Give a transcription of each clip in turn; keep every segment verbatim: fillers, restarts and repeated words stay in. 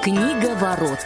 Книга ворот.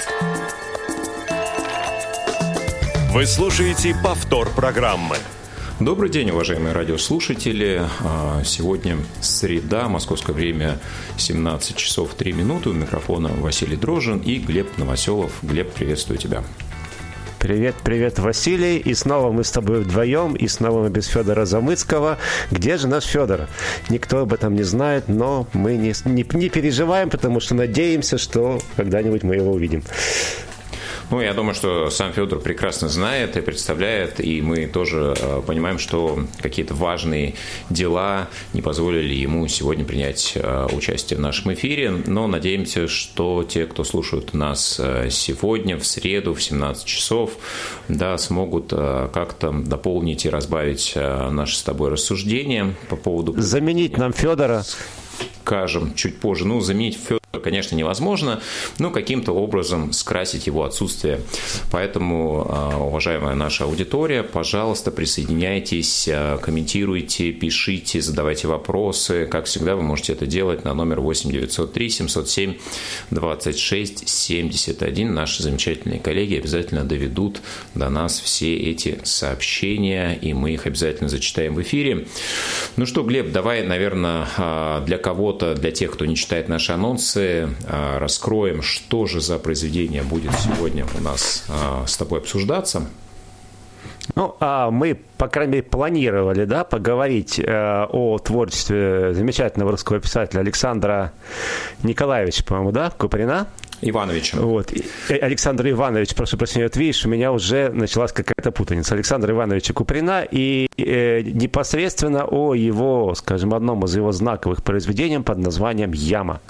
Вы слушаете повтор программы. Добрый день, уважаемые радиослушатели. Сегодня среда, московское время семнадцать часов три минуты. У микрофона Василий Дрожжин и Глеб Новоселов. Глеб, приветствую тебя. Привет, привет, Василий. И снова мы с тобой вдвоем, и снова мы без Федора Замыцкого. Где же наш Федор? Никто об этом не знает, но мы не, не, не переживаем, потому что надеемся, что когда-нибудь мы его увидим. Ну, я думаю, что сам Федор прекрасно знает и представляет, и мы тоже э, понимаем, что какие-то важные дела не позволили ему сегодня принять э, участие в нашем эфире, но надеемся, что те, кто слушают нас э, сегодня, в среду, в семнадцать часов, да, смогут э, как-то дополнить и разбавить э, наши с тобой рассуждения по поводу... Заменить нам Федора. Скажем чуть позже. Ну, заменить Федора, конечно, невозможно, но каким-то образом скрасить его отсутствие. Поэтому, уважаемая наша аудитория, пожалуйста, присоединяйтесь, комментируйте, пишите, задавайте вопросы. Как всегда, вы можете это делать на номер восемь девятьсот три семьсот семь двадцать шесть семьдесят один. Наши замечательные коллеги обязательно доведут до нас все эти сообщения, и мы их обязательно зачитаем в эфире. Ну что, Глеб, давай, наверное, для кого-то, для тех, кто не читает наши анонсы, раскроем, что же за произведение будет сегодня у нас с тобой обсуждаться. Ну, а мы, по крайней мере, планировали, да, поговорить э, о творчестве замечательного русского писателя Александра Николаевича, по-моему, да, Куприна? Ивановича. Вот. Александр Иванович, прошу прощения, вот видишь, у меня уже началась какая-то путаница. Александра Ивановича Куприна и э, непосредственно о его, скажем, одном из его знаковых произведений под названием «Яма».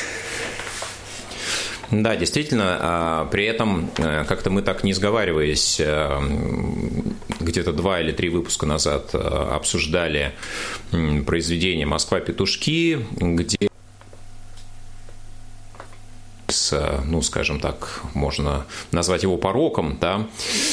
Да, действительно, при этом как-то мы так не сговариваясь, где-то два или три выпуска назад обсуждали произведение «Москва-петушки», где, ну, скажем так, можно назвать его пороком, да,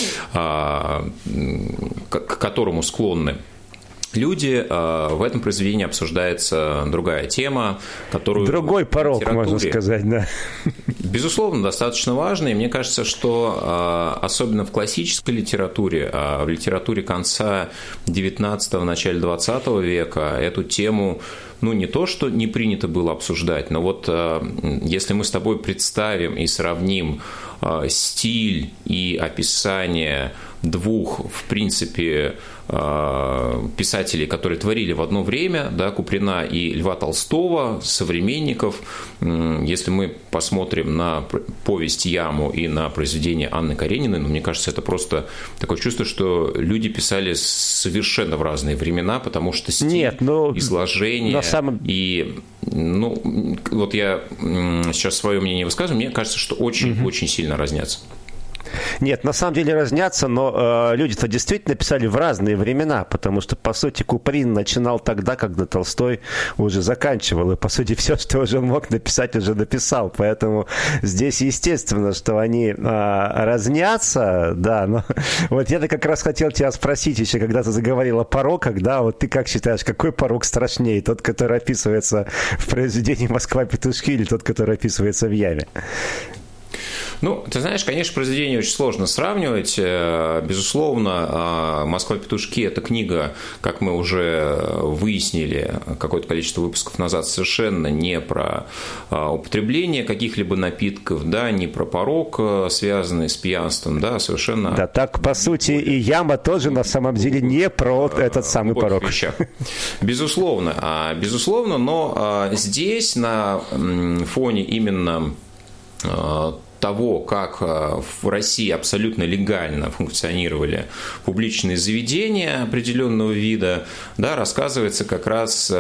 к которому склонны люди. В этом произведении обсуждается другая тема, которую... Другой порок, можно сказать, да. Безусловно, достаточно важный. Мне кажется, что особенно в классической литературе, в литературе конца девятнадцатого, начала двадцатого века эту тему, ну, не то, что не принято было обсуждать, но вот если мы с тобой представим и сравним стиль и описание двух, в принципе, писателей, которые творили в одно время, да, Куприна и Льва Толстого, современников. Если мы посмотрим на повесть «Яму» и на произведение Анны Карениной, ну, мне кажется, это просто такое чувство, что люди писали совершенно в разные времена, потому что стиль, Нет, но изложение на самом... и, ну, вот я сейчас свое мнение высказываю, мне кажется, что очень-очень угу. сильно разнятся. Нет, на самом деле разнятся, но э, люди-то действительно писали в разные времена, потому что, по сути, Куприн начинал тогда, когда Толстой уже заканчивал, и, по сути, все, что уже мог написать, уже написал, поэтому здесь естественно, что они э, разнятся, да, но вот я-то как раз хотел тебя спросить еще, когда ты заговорил о пороках, да, вот ты как считаешь, какой порок страшнее, тот, который описывается в произведении «Москва-петушки» или тот, который описывается в «Яме»? Ну, ты знаешь, конечно, произведение очень сложно сравнивать. Безусловно, «Москва-петушки» – это книга, как мы уже выяснили какое-то количество выпусков назад, совершенно не про употребление каких-либо напитков, да, не про порок, связанный с пьянством, да, совершенно... Да, так, по сути, и «Яма» тоже на самом деле не про этот самый порок. Безусловно, безусловно, но здесь на фоне именно того, как в России абсолютно легально функционировали публичные заведения определенного вида, да, рассказывается как раз,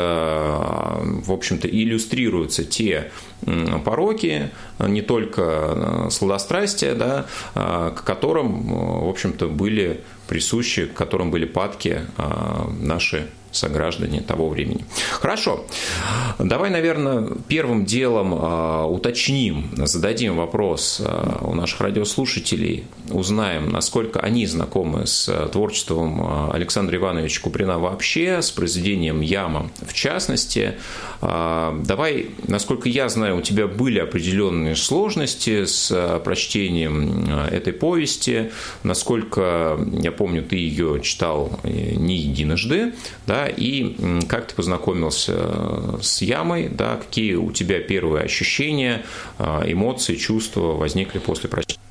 в общем-то, иллюстрируются те пороки, не только сладострастия, да, к которым, в общем-то, были присущи, к которым были падки наши сограждане того времени. Хорошо. Давай, наверное, первым делом э, уточним, зададим вопрос э, у наших радиослушателей, узнаем, насколько они знакомы с творчеством Александра Ивановича Куприна вообще, с произведением «Яма» в частности. Э, давай, насколько я знаю, у тебя были определенные сложности с прочтением этой повести, насколько я помню, ты ее читал не единожды, да, и как ты познакомился с «Ямой», да, какие у тебя первые ощущения, эмоции, чувства возникли после прочтения?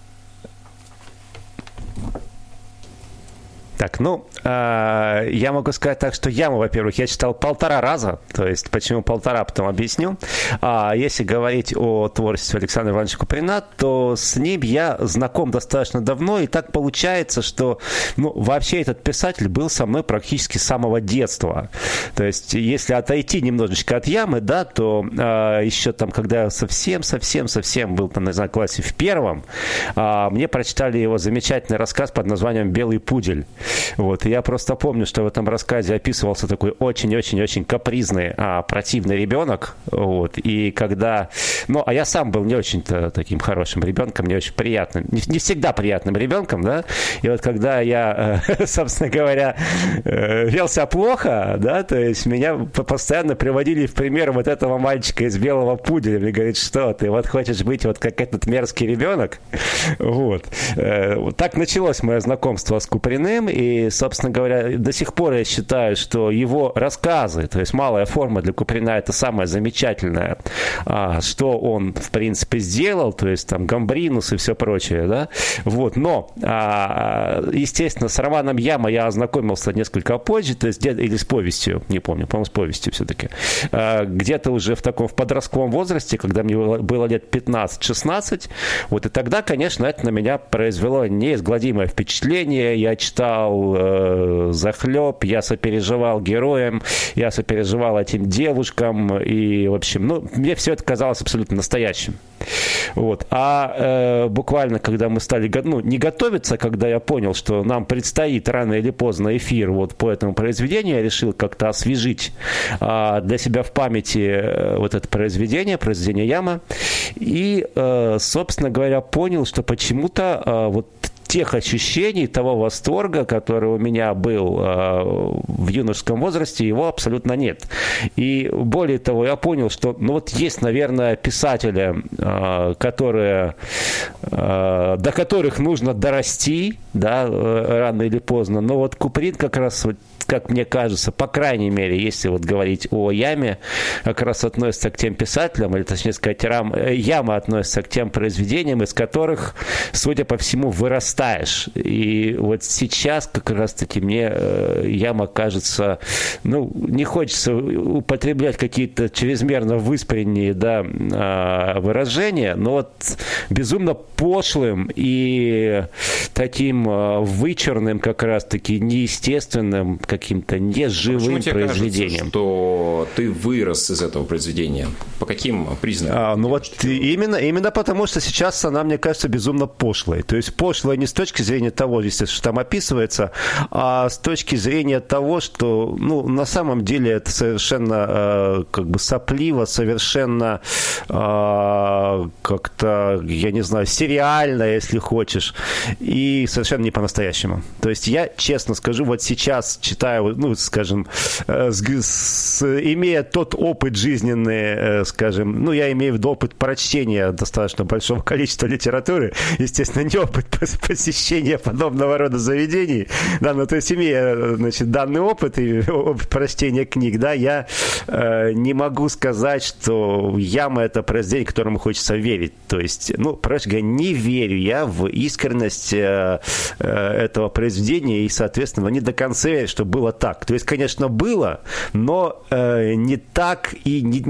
Так, ну, э, я могу сказать так, что «Яму», во-первых, я читал полтора раза, то есть почему полтора, потом объясню. А если говорить о творчестве Александра Ивановича Куприна, то с ним я знаком достаточно давно, и так получается, что, ну, вообще этот писатель был со мной практически с самого детства. То есть если отойти немножечко от «Ямы», да, то э, еще там, когда я совсем-совсем-совсем был, там, не знаю, в классе в первом, э, мне прочитали его замечательный рассказ под названием «Белый пудель». Вот, и я просто помню, что в этом рассказе описывался такой очень-очень-очень капризный, а, противный ребенок. Вот, и когда... Ну, а я сам был не очень-то таким хорошим ребенком, не очень приятным, не, не всегда приятным ребенком, да. И вот когда я, собственно говоря, вел себя плохо, да, то есть меня постоянно приводили в пример вот этого мальчика из «Белого пуделя». Мне говорит, что ты вот хочешь быть вот как этот мерзкий ребенок? Вот. Так началось мое знакомство с Куприным. И, собственно говоря, до сих пор я считаю, что его рассказы, то есть «Малая форма» для Куприна, это самое замечательное, что он, в принципе, сделал, то есть там «Гамбринус» и все прочее, да, вот, но, естественно, с романом «Яма» я ознакомился несколько позже, то есть, или с повестью, не помню, по-моему, с повестью все-таки, где-то уже в таком, в подростковом возрасте, когда мне было лет пятнадцать-шестнадцать, вот, и тогда, конечно, это на меня произвело неизгладимое впечатление, я читал э, захлеб, я сопереживал героям, я сопереживал этим девушкам, и, в общем, ну, мне все это казалось абсолютно настоящим. Вот. А э, буквально, когда мы стали, ну, не готовиться, когда я понял, что нам предстоит рано или поздно эфир вот по этому произведению, я решил как-то освежить э, для себя в памяти э, вот это произведение, произведение «Яма», и, э, собственно говоря, понял, что почему-то э, вот тех ощущений, того восторга, который у меня был э, в юношеском возрасте, его абсолютно нет. И более того, я понял, что ну вот есть, наверное, писатели, э, которые, э, до которых нужно дорасти, да, рано или поздно. Но вот Куприн как раз, как мне кажется, по крайней мере, если вот говорить о «Яме», как раз относится к тем писателям, или точнее сказать, «Яма» относится к тем произведениям, из которых, судя по всему, вырастаешь. И вот сейчас как раз-таки мне «Яма» кажется, ну, не хочется употреблять какие-то чрезмерно выспренние, да, выражения, но вот безумно пошлым и таким вычурным, как раз-таки неестественным, каким-то неживым а произведением. Кажется, что ты вырос из этого произведения? По каким признакам? А, ну вот именно, именно потому, что сейчас она, мне кажется, безумно пошлой. То есть пошлая не с точки зрения того, естественно, что там описывается, а с точки зрения того, что, ну, на самом деле это совершенно э, как бы сопливо, совершенно э, как-то, я не знаю, сериально, если хочешь, и совершенно не по-настоящему. То есть я, честно скажу, вот сейчас читаю, ну, скажем, с, с, имея тот опыт жизненный, скажем, ну, я имею в виду опыт прочтения достаточно большого количества литературы, естественно, не опыт посещения подобного рода заведений, да, ну, то есть, имея, значит, данный опыт и опыт прочтения книг, да, я э, не могу сказать, что «Яма» — это произведение, которому хочется верить, то есть, ну, проще говоря, не верю я в искренность э, э, этого произведения и, соответственно, не до конца верю, что было так. То есть, конечно, было, но э, не так и не, не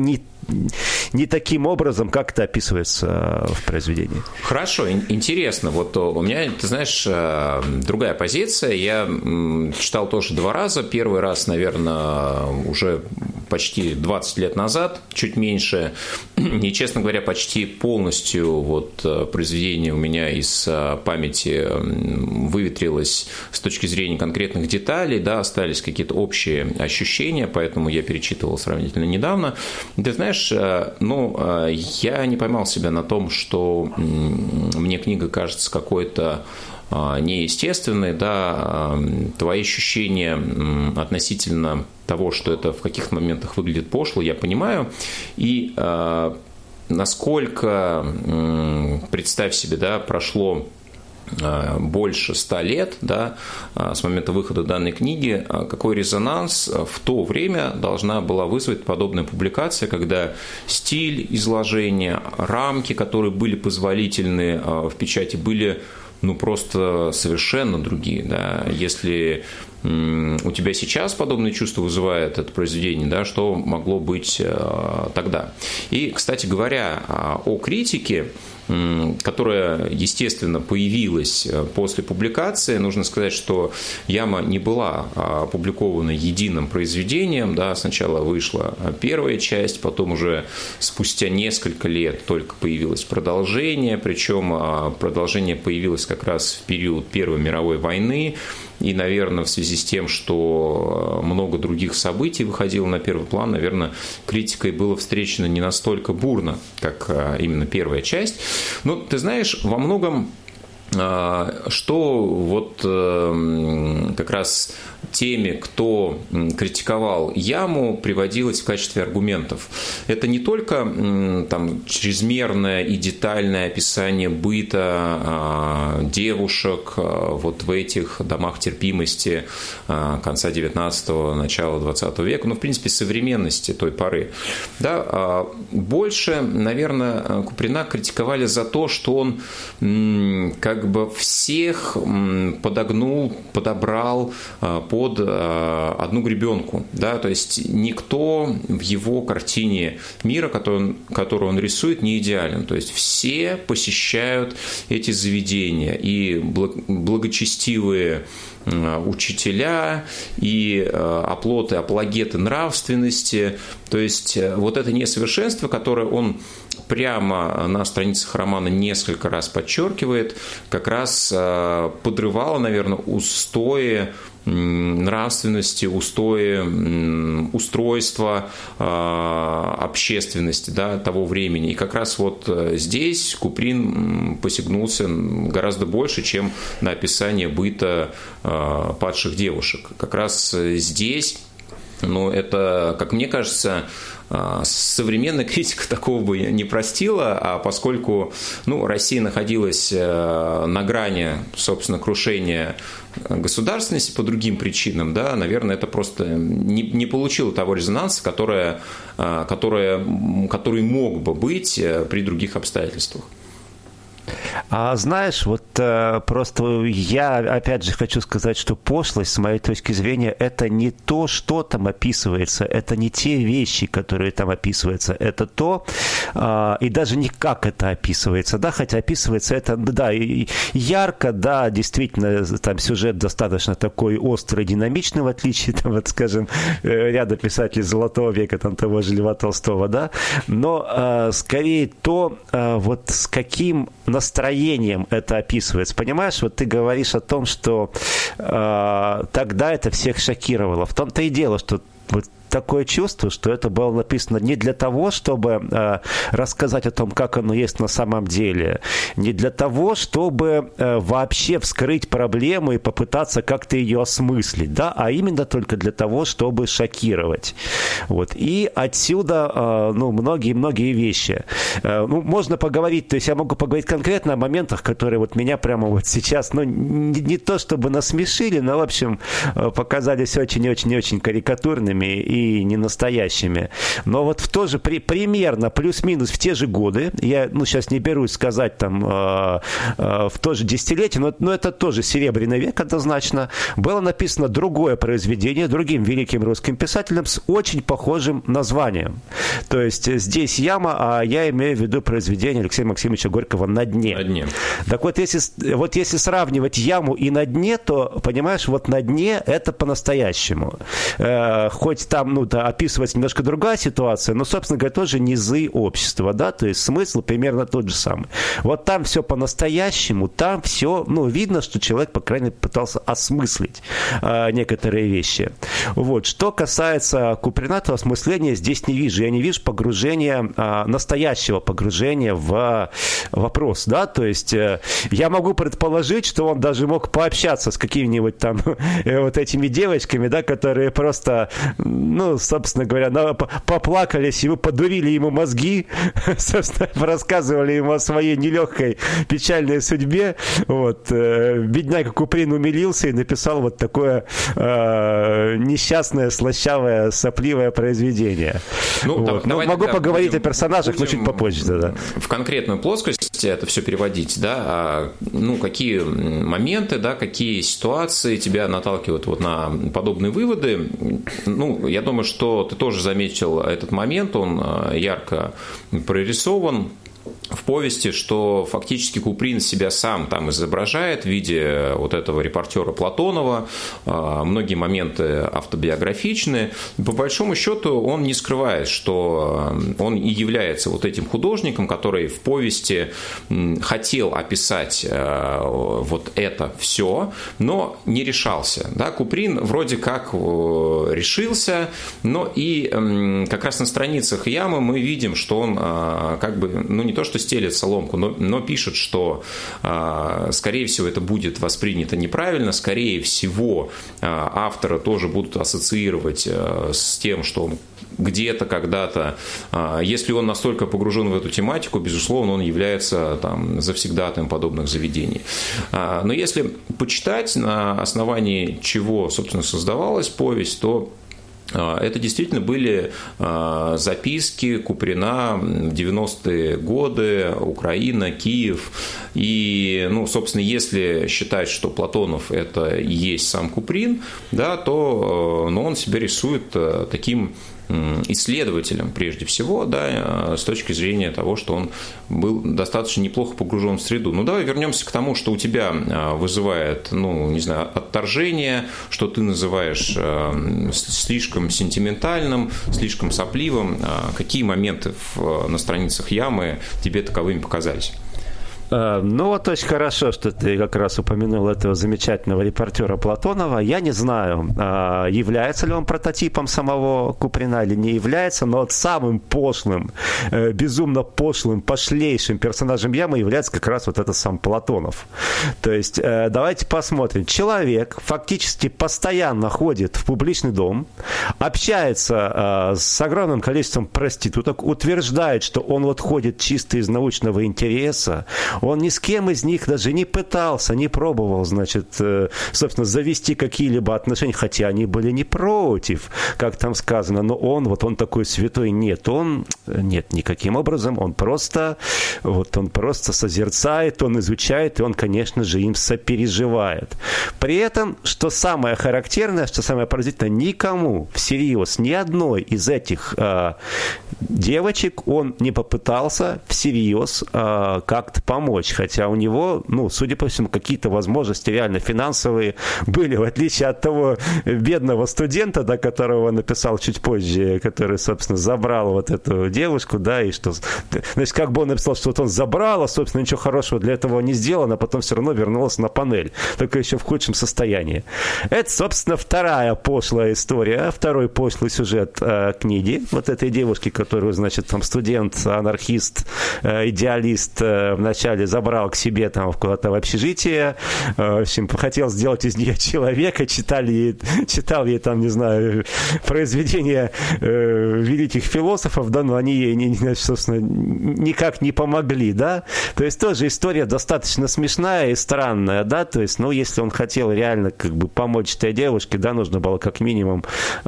не таким образом, как это описывается в произведении. Хорошо, интересно. Вот у меня, ты знаешь, другая позиция. Я читал тоже два раза. Первый раз, наверное, уже почти двадцать лет назад, чуть меньше. И, честно говоря, почти полностью вот произведение у меня из памяти выветрилось с точки зрения конкретных деталей, да, остались какие-то общие ощущения, поэтому я перечитывал сравнительно недавно. Ты знаешь, ну, я не поймал себя на том, что мне книга кажется какой-то неестественной, да, твои ощущения относительно того, что это в каких-то моментах выглядит пошло, я понимаю, и э, насколько, э, представь себе, да, прошло э, больше ста лет, да, э, с момента выхода данной книги, э, какой резонанс в то время должна была вызвать подобная публикация, когда стиль изложения, рамки, которые были позволительны э, в печати, были ну, просто совершенно другие, да, если м, у тебя сейчас подобные чувства вызывает это произведение, да, что могло быть э, тогда. И, кстати говоря, о критике, которая, естественно, появилась после публикации. Нужно сказать, что «Яма» не была опубликована единым произведением. Да, сначала вышла первая часть, потом уже спустя несколько лет только появилось продолжение, причем продолжение появилось как раз в период Первой мировой войны. И, наверное, в связи с тем, что много других событий выходило на первый план, наверное, критикой было встречено не настолько бурно, как именно первая часть. Но, ты знаешь, во многом, что вот как раз теми, кто критиковал «Яму», приводилось в качестве аргументов. Это не только там, чрезмерное и детальное описание быта девушек вот в этих домах терпимости конца девятнадцатого, начала двадцатого века, ну, в принципе, современности той поры. Да, больше, наверное, Куприна критиковали за то, что он как бы всех подогнул, подобрал под одну гребенку, да, то есть никто в его картине мира, которую он, которую он рисует, не идеален, то есть все посещают эти заведения, и благочестивые учителя, и оплоты, апологеты нравственности, то есть вот это несовершенство, которое он прямо на страницах романа несколько раз подчеркивает, как раз подрывало, наверное, устои нравственности, устои устройства общественности, да, того времени. И как раз вот здесь Куприн посягнулся гораздо больше, чем на описание быта падших девушек. Как раз здесь, ну, это, как мне кажется, современная критика такого бы не простила, а поскольку ну, Россия находилась на грани, собственно, крушения государственности по другим причинам, да, наверное, это просто не, не получило того резонанса, которое, которое, который мог бы быть при других обстоятельствах. А знаешь, вот э, просто я опять же хочу сказать, что пошлость, с моей точки зрения, это не то, что там описывается, это не те вещи, которые там описываются, это то, э, и даже не как это описывается, да, хотя описывается это, да, и ярко, да, действительно, там сюжет достаточно такой острый, динамичный, в отличие, там, вот, скажем, ряда писателей Золотого века, там, того же Льва Толстого, да, но э, скорее то, э, вот с каким настроением это описывается. Понимаешь, вот ты говоришь о том, что э, тогда это всех шокировало. В том-то и дело, что вот такое чувство, что это было написано не для того, чтобы э, рассказать о том, как оно есть на самом деле, не для того, чтобы э, вообще вскрыть проблему и попытаться как-то ее осмыслить, да, а именно только для того, чтобы шокировать. Вот. И отсюда э, ну, многие-многие вещи. Э, ну, можно поговорить, то есть я могу поговорить конкретно о моментах, которые вот меня прямо вот сейчас, ну, не, не то чтобы насмешили, но, в общем, показались очень-очень-очень карикатурными и и не настоящими. Но вот в то же, при, примерно, плюс-минус в те же годы, я, ну, сейчас не берусь сказать, там, э, э, в то же десятилетие, но, но это тоже Серебряный век однозначно, было написано другое произведение другим великим русским писателем с очень похожим названием. То есть здесь яма, а я имею в виду произведение Алексея Максимовича Горького «На дне». На дне. Так вот если, вот если сравнивать яму и «На дне», то, понимаешь, вот «На дне» это по-настоящему. Э, хоть там, ну, да, описывается немножко другая ситуация, но, собственно говоря, тоже низы общества, да, то есть смысл примерно тот же самый. Вот там все по-настоящему, там все, ну, видно, что человек, по крайней мере, пытался осмыслить э, некоторые вещи. Вот. Что касается Куприна, то осмысления здесь не вижу. Я не вижу погружения, э, настоящего погружения в вопрос, да, то есть э, я могу предположить, что он даже мог пообщаться с какими-нибудь там э, вот этими девочками, да, которые просто, ну, собственно говоря, на, поплакались, ему подурили ему мозги, собственно, рассказывали ему о своей нелегкой печальной судьбе. Вот. Бедняга Куприн умилился и написал вот такое э, несчастное, слащавое, сопливое произведение. Ну, вот. Давай, могу тогда поговорить будем, о персонажах, но чуть попозже. Да. В конкретную плоскость это все переводить, да, а, ну, какие моменты, да, какие ситуации тебя наталкивают вот на подобные выводы. Ну, я думаю, что ты тоже заметил этот момент, он ярко прорисован в повести, что фактически Куприн себя сам там изображает в виде вот этого репортера Платонова. Многие моменты автобиографичны. По большому счету он не скрывает, что он и является вот этим художником, который в повести хотел описать вот это все, но не решался. Да, Куприн вроде как решился, но и как раз на страницах «Ямы» мы видим, что он как бы, ну не то что стелет соломку, но, но пишет, что, э, скорее всего, это будет воспринято неправильно, скорее всего, э, автора тоже будут ассоциировать э, с тем, что он где-то, когда-то, э, если он настолько погружен в эту тематику, безусловно, он является там завсегдатаем подобных заведений. Э, но если почитать, на основании чего, собственно, создавалась повесть, то это действительно были записки Куприна в девяностые годы, Украина, Киев. И, ну, собственно, если считать, что Платонов – это и есть сам Куприн, да, то ну, он себя рисует таким исследователем, прежде всего, да, с точки зрения того, что он был достаточно неплохо погружен в среду. Ну, давай вернемся к тому, что у тебя вызывает, ну, не знаю, отторжение, что ты называешь слишком сентиментальным, слишком сопливым. Какие моменты на страницах «Ямы» тебе таковыми показались? Ну, вот очень хорошо, что ты как раз упомянул этого замечательного репортера Платонова. Я не знаю, является ли он прототипом самого Куприна или не является, но вот самым пошлым, безумно пошлым, пошлейшим персонажем «Ямы» является как раз вот этот сам Платонов. То есть, давайте посмотрим. Человек фактически постоянно ходит в публичный дом, общается с огромным количеством проституток, утверждает, что он вот ходит чисто из научного интереса. Он ни с кем из них даже не пытался, не пробовал, значит, собственно, завести какие-либо отношения, хотя они были не против, как там сказано, но он, вот он такой святой, нет, он, нет, никаким образом, он просто, вот он просто созерцает, он изучает, и он, конечно же, им сопереживает. При этом, что самое характерное, что самое поразительное, никому всерьез, ни одной из этих э, девочек он не попытался всерьез э, как-то помочь. Хотя у него, ну, судя по всему, какие-то возможности реально финансовые были, в отличие от того бедного студента, да, которого он написал чуть позже, который, собственно, забрал вот эту девушку, да, и что, значит, как бы он написал, что вот он забрал, а, собственно, ничего хорошего для этого не сделано, а потом все равно вернулся на панель, только еще в худшем состоянии. Это, собственно, вторая пошлая история, второй пошлый сюжет э, книги, вот этой девушки, которую, значит, там студент, анархист, э, идеалист э, вначале забрал к себе там куда-то в общежитие, в общем, хотел сделать из нее человека, читали ей, читал ей там, не знаю, произведения э, великих философов, да, но они ей, не, не, собственно, никак не помогли, да, то есть тоже история достаточно смешная и странная, да, то есть, ну, если он хотел реально как бы помочь этой девушке, да, нужно было как минимум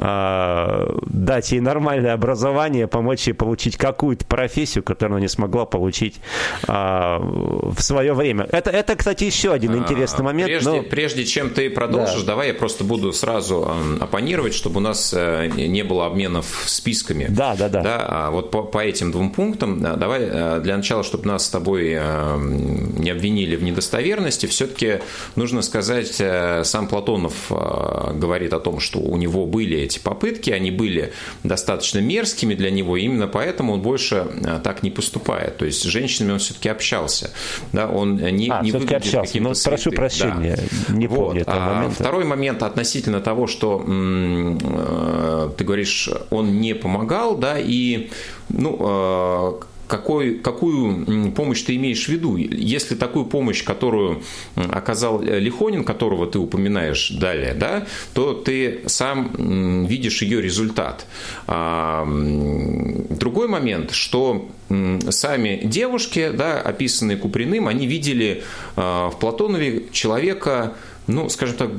э, дать ей нормальное образование, помочь ей получить какую-то профессию, которую она не смогла получить э, в свое время. Это, это кстати, еще один интересный а, момент. Прежде, но... прежде чем ты продолжишь, да. давай я просто буду сразу оппонировать, чтобы у нас не было обменов списками. Да, да, да. да а вот по, по этим двум пунктам, давай для начала, чтобы нас с тобой не обвинили в недостоверности, все-таки нужно сказать, сам Платонов говорит о том, что у него были эти попытки, они были достаточно мерзкими для него, и именно поэтому он больше так не поступает. То есть с женщинами он все-таки общался. Да, он не, а, не выглядит общался. каким-то ну, святым. Прошу прощения, да. не помню вот. этого а момента. Второй момент относительно того, что м- э, ты говоришь, он не помогал, да, и ну, э, Какой, какую помощь ты имеешь в виду? Если такую помощь, которую оказал Лихонин, которого ты упоминаешь далее, да, то ты сам видишь ее результат. Другой момент, что сами девушки, да, описанные Куприным, они видели в Платонове человека, ну, скажем так,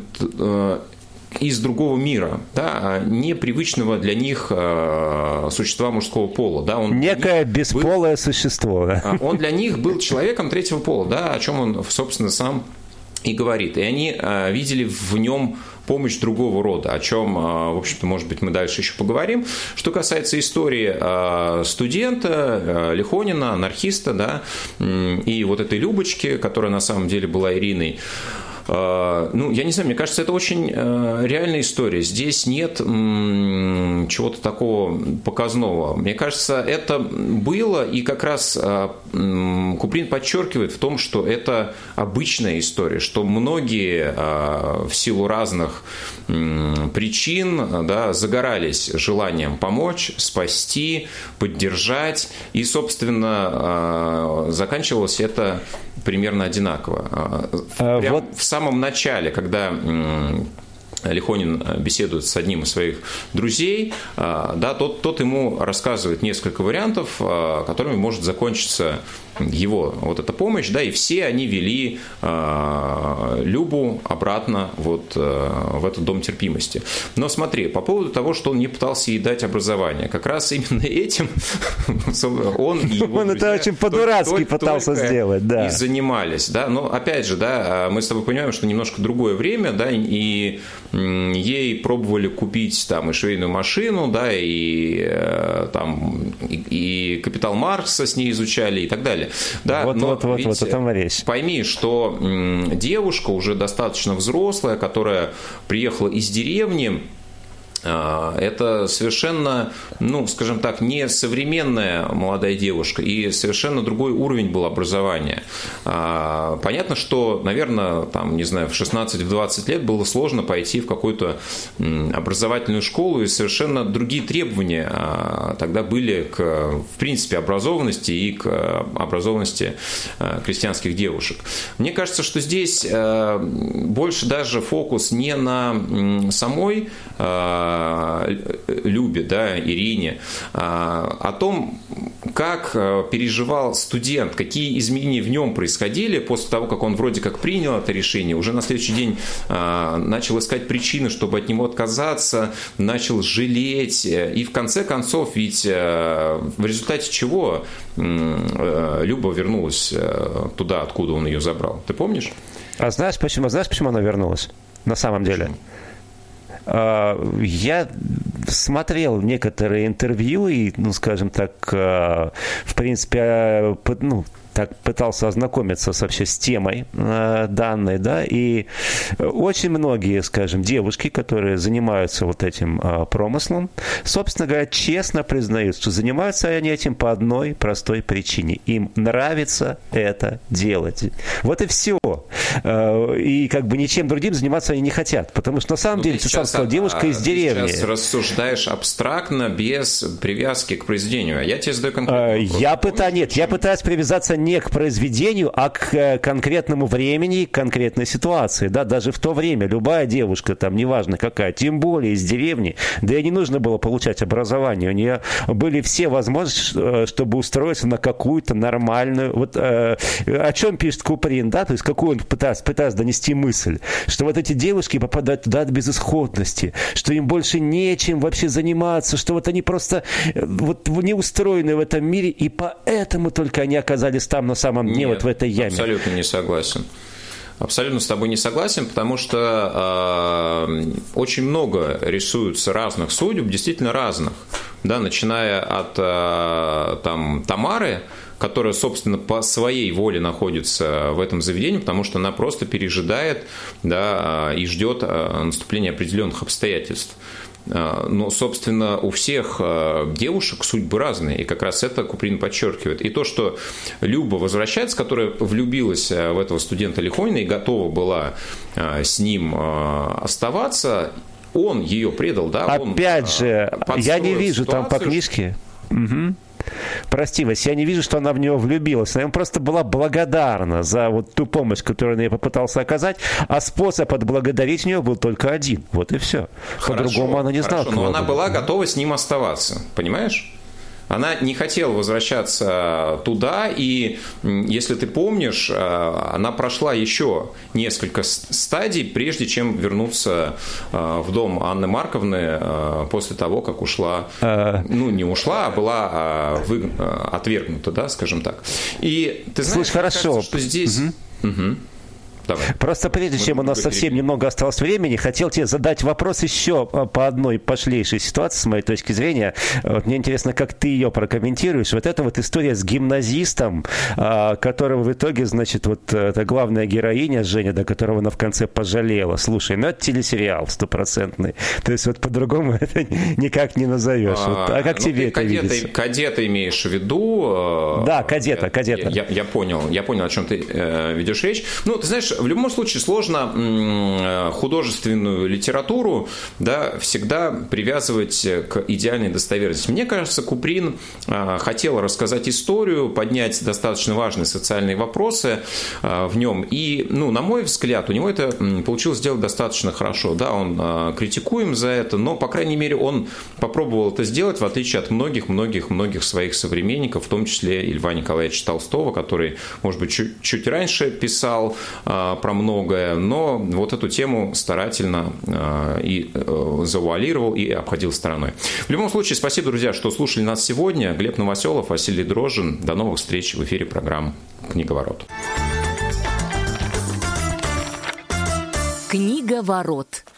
из другого мира, да, непривычного для них э, существа мужского пола. Да, он некое бесполое был, существо. Да? Он для них был человеком третьего пола, да, о чем он, собственно, сам и говорит. И они э, видели в нем помощь другого рода, о чем, э, в общем-то, может быть, мы дальше еще поговорим. Что касается истории э, студента, э, Лихонина, анархиста, да, э, и вот этой Любочки, которая на самом деле была Ириной, ну, я не знаю, мне кажется, это очень реальная история. Здесь нет чего-то такого показного. Мне кажется, это было, и как раз Куприн подчеркивает в том, что это обычная история, что многие в силу разных причин, да, загорались желанием помочь, спасти, поддержать, и, собственно, заканчивалось это примерно одинаково. Прямо вот в самом начале, когда Лихонин беседует с одним из своих друзей, да, тот, тот ему рассказывает несколько вариантов, которыми может закончиться его вот эта помощь, да, и все они вели э, Любу обратно вот э, в этот дом терпимости. Но смотри, по поводу того, что он не пытался ей дать образование, как раз именно этим он и его он это очень по-дурацки пытался сделать, да. И занимались, да, но опять же, да, мы с тобой понимаем, что немножко другое время, да, и ей пробовали купить там и швейную машину, да, и э, там и, и «Капитал Маркса» с ней изучали и так далее. Да, вот, но вот, вот, вот, это речь. Пойми, что м, девушка уже достаточно взрослая, которая приехала из деревни, это совершенно, ну, скажем так, не современная молодая девушка, и совершенно другой уровень был образования. Понятно, что, наверное, там, не знаю, в шестнадцать-двадцать лет было сложно пойти в какую-то образовательную школу, и совершенно другие требования тогда были к, в принципе, образованности и к образованности крестьянских девушек. Мне кажется, что здесь больше даже фокус не на самой Любе, да, Ирине, о том, как переживал студент, какие изменения в нем происходили после того, как он вроде как принял это решение, уже на следующий день начал искать причины, чтобы от него отказаться, начал жалеть, и в конце концов, ведь в результате чего Люба вернулась туда, откуда он ее забрал. Ты помнишь? А знаешь, почему, знаешь, почему она вернулась? На самом деле? Почему? Я смотрел некоторые интервью и, ну, скажем так, в принципе, ну, так пытался ознакомиться вообще с темой э, данной, да, и очень многие, скажем, девушки, которые занимаются вот этим э, промыслом, собственно говоря, честно признают, что занимаются они этим по одной простой причине. Им нравится это делать. Вот и все. Э, и как бы ничем другим заниматься они не хотят, потому что на самом ну, деле, ты сам сказал, девушка а, из деревни. Ты сейчас рассуждаешь абстрактно, без привязки к произведению, а я тебе задаю конкретный вопрос. Я пытаюсь, нет, я пытаюсь привязаться не к произведению, а к конкретному времени, к конкретной ситуации. Да, даже в то время любая девушка, там, неважно какая, тем более из деревни, да и не нужно было получать образование. У нее были все возможности, чтобы устроиться на какую-то нормальную... Вот э, о чем пишет Куприн, да, то есть какую он пытается, пытается донести мысль, что вот эти девушки попадают туда от безысходности, что им больше нечем вообще заниматься, что вот они просто вот не устроены в этом мире, и поэтому только они оказались там, там на самом дне, Нет, вот в этой яме? Абсолютно не согласен. Абсолютно с тобой не согласен, потому что э, очень много рисуются разных судеб, действительно разных, да, начиная от э, там, Тамары, которая, собственно, по своей воле находится в этом заведении, потому что она просто пережидает, да, и ждет наступления определенных обстоятельств. Но, собственно, у всех девушек судьбы разные, и как раз это Куприн подчеркивает. И то, что Люба возвращается, которая влюбилась в этого студента Лихонина и готова была с ним оставаться, он ее предал, да? Опять он же, я не вижу ситуацию. Там по книжке. Угу. Прости, Вася, я не вижу, что она в него влюбилась. Она ему просто была благодарна за вот ту помощь, которую он ей попытался оказать, а способ отблагодарить у нее был только один. Вот и все. По-другому она не знала. Хорошо, но она была готова с ним оставаться, понимаешь? Она не хотела возвращаться туда, и, если ты помнишь, она прошла еще несколько стадий, прежде чем вернуться в дом Анны Марковны после того, как ушла, ну, не ушла, а была вы... отвергнута, да, скажем так. И ты знаешь, Слушай, хорошо. кажется, что здесь... Угу. Угу. Давай. Просто прежде чем у нас совсем немного осталось времени, хотел тебе задать вопрос еще по одной пошлейшей ситуации, с моей точки зрения. Вот мне интересно, как ты ее прокомментируешь. Вот эта вот история с гимназистом, которого в итоге, значит, вот эта главная героиня, Женя, до которого она в конце пожалела. Слушай, ну это телесериал стопроцентный. То есть вот по-другому это никак не назовешь. А, вот, а как ну, тебе это кадета, видится? Кадета имеешь в виду? Да, кадета, я, кадета. Я, я понял, я понял, о чем ты э, ведешь речь. Ну, ты знаешь, в любом случае сложно художественную литературу, да, всегда привязывать к идеальной достоверности. Мне кажется, Куприн хотел рассказать историю, поднять достаточно важные социальные вопросы в нем. И, ну, на мой взгляд, у него это получилось сделать достаточно хорошо. Да, он критикуем за это, но, по крайней мере, он попробовал это сделать, в отличие от многих-многих-многих своих современников, в том числе и Льва Николаевича Толстого, который, может быть, чуть, чуть раньше писал про многое, но вот эту тему старательно э, и э, завуалировал, и обходил стороной. В любом случае, спасибо, друзья, что слушали нас сегодня. Глеб Новоселов, Василий Дрожжин. До новых встреч в эфире программы «Книговорот». «Книговорот».